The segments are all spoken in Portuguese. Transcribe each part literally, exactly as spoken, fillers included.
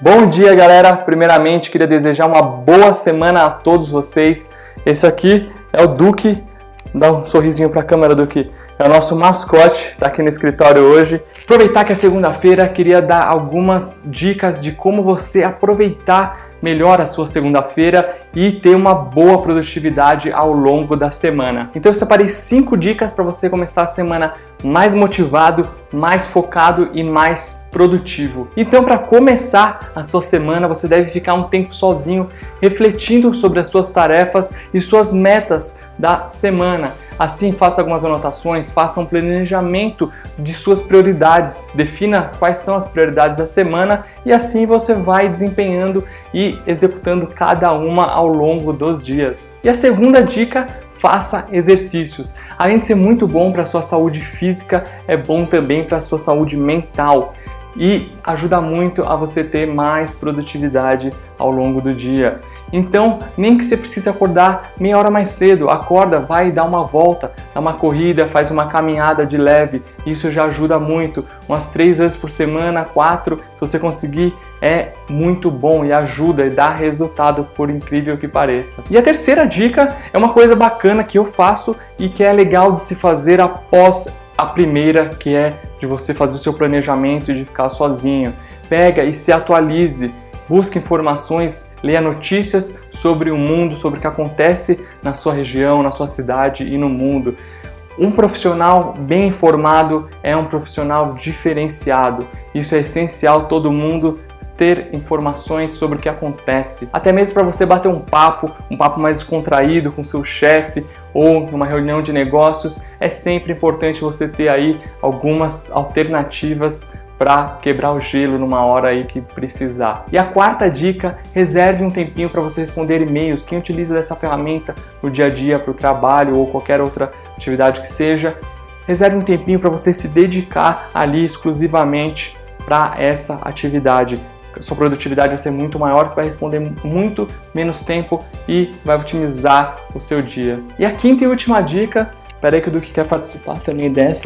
Bom dia, galera! Primeiramente, queria desejar uma boa semana a todos vocês. Esse aqui é o Duque. Dá um sorrisinho para a câmera, Duque. É o nosso mascote, tá aqui no escritório hoje. Aproveitar que é segunda-feira, queria dar algumas dicas de como você aproveitar melhor a sua segunda-feira e ter uma boa produtividade ao longo da semana. Então eu separei cinco dicas para você começar a semana mais motivado, mais focado e mais produtivo. Então, para começar a sua semana, você deve ficar um tempo sozinho, refletindo sobre as suas tarefas e suas metas da semana. Assim, faça algumas anotações, faça um planejamento de suas prioridades, defina quais são as prioridades da semana e assim você vai desempenhando e executando cada uma ao longo dos dias. E a segunda dica: faça exercícios. Além de ser muito bom para a sua saúde física, é bom também para a sua saúde mental e ajuda muito a você ter mais produtividade ao longo do dia. Então, nem que você precise acordar meia hora mais cedo, acorda, vai dar uma volta, dá uma corrida, faz uma caminhada de leve, isso já ajuda muito. Umas três vezes por semana, quatro, se você conseguir, é muito bom e ajuda e dá resultado, por incrível que pareça. E a terceira dica é uma coisa bacana que eu faço e que é legal de se fazer após a primeira, que é de você fazer o seu planejamento e de ficar sozinho. Pega e se atualize, busque informações, leia notícias sobre o mundo, sobre o que acontece na sua região, na sua cidade e no mundo. Um profissional bem informado é um profissional diferenciado. Isso é essencial, todo mundo ter informações sobre o que acontece. Até mesmo para você bater um papo, um papo mais descontraído com seu chefe ou numa reunião de negócios, é sempre importante você ter aí algumas alternativas para quebrar o gelo numa hora aí que precisar. E a quarta dica: reserve um tempinho para você responder e-mails. Quem utiliza dessa ferramenta no dia a dia para o trabalho ou qualquer outra atividade que seja, reserve um tempinho para você se dedicar ali exclusivamente para essa atividade. Sua produtividade vai ser muito maior, você vai responder muito menos tempo e vai otimizar o seu dia. E a quinta e última dica, espera aí que o Duque quer participar também dessa,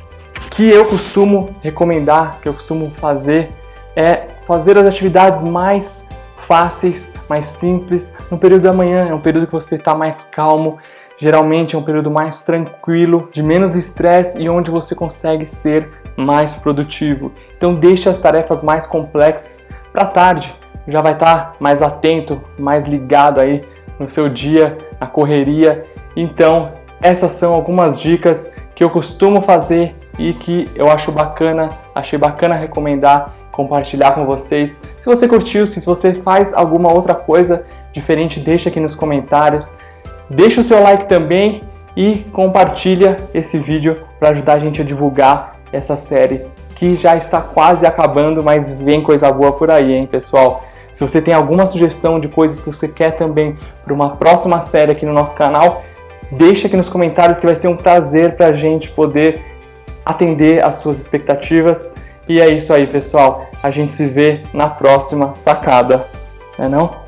que eu costumo recomendar, que eu costumo fazer, é fazer as atividades mais fáceis, mais simples, no período da manhã. É um período que você está mais calmo, geralmente é um período mais tranquilo, de menos estresse e onde você consegue ser mais produtivo. Então deixe as tarefas mais complexas para tarde, já vai estar mais atento, mais ligado aí no seu dia, na correria. Então essas são algumas dicas que eu costumo fazer e que eu acho bacana, achei bacana recomendar, compartilhar com vocês. Se você curtiu, se você faz alguma outra coisa diferente, deixa aqui nos comentários. Deixa o seu like também e compartilha esse vídeo para ajudar a gente a divulgar essa série que já está quase acabando, mas vem coisa boa por aí, hein, pessoal? Se você tem alguma sugestão de coisas que você quer também para uma próxima série aqui no nosso canal, deixa aqui nos comentários que vai ser um prazer para a gente poder atender às suas expectativas. E é isso aí, pessoal. A gente se vê na próxima sacada, não é não?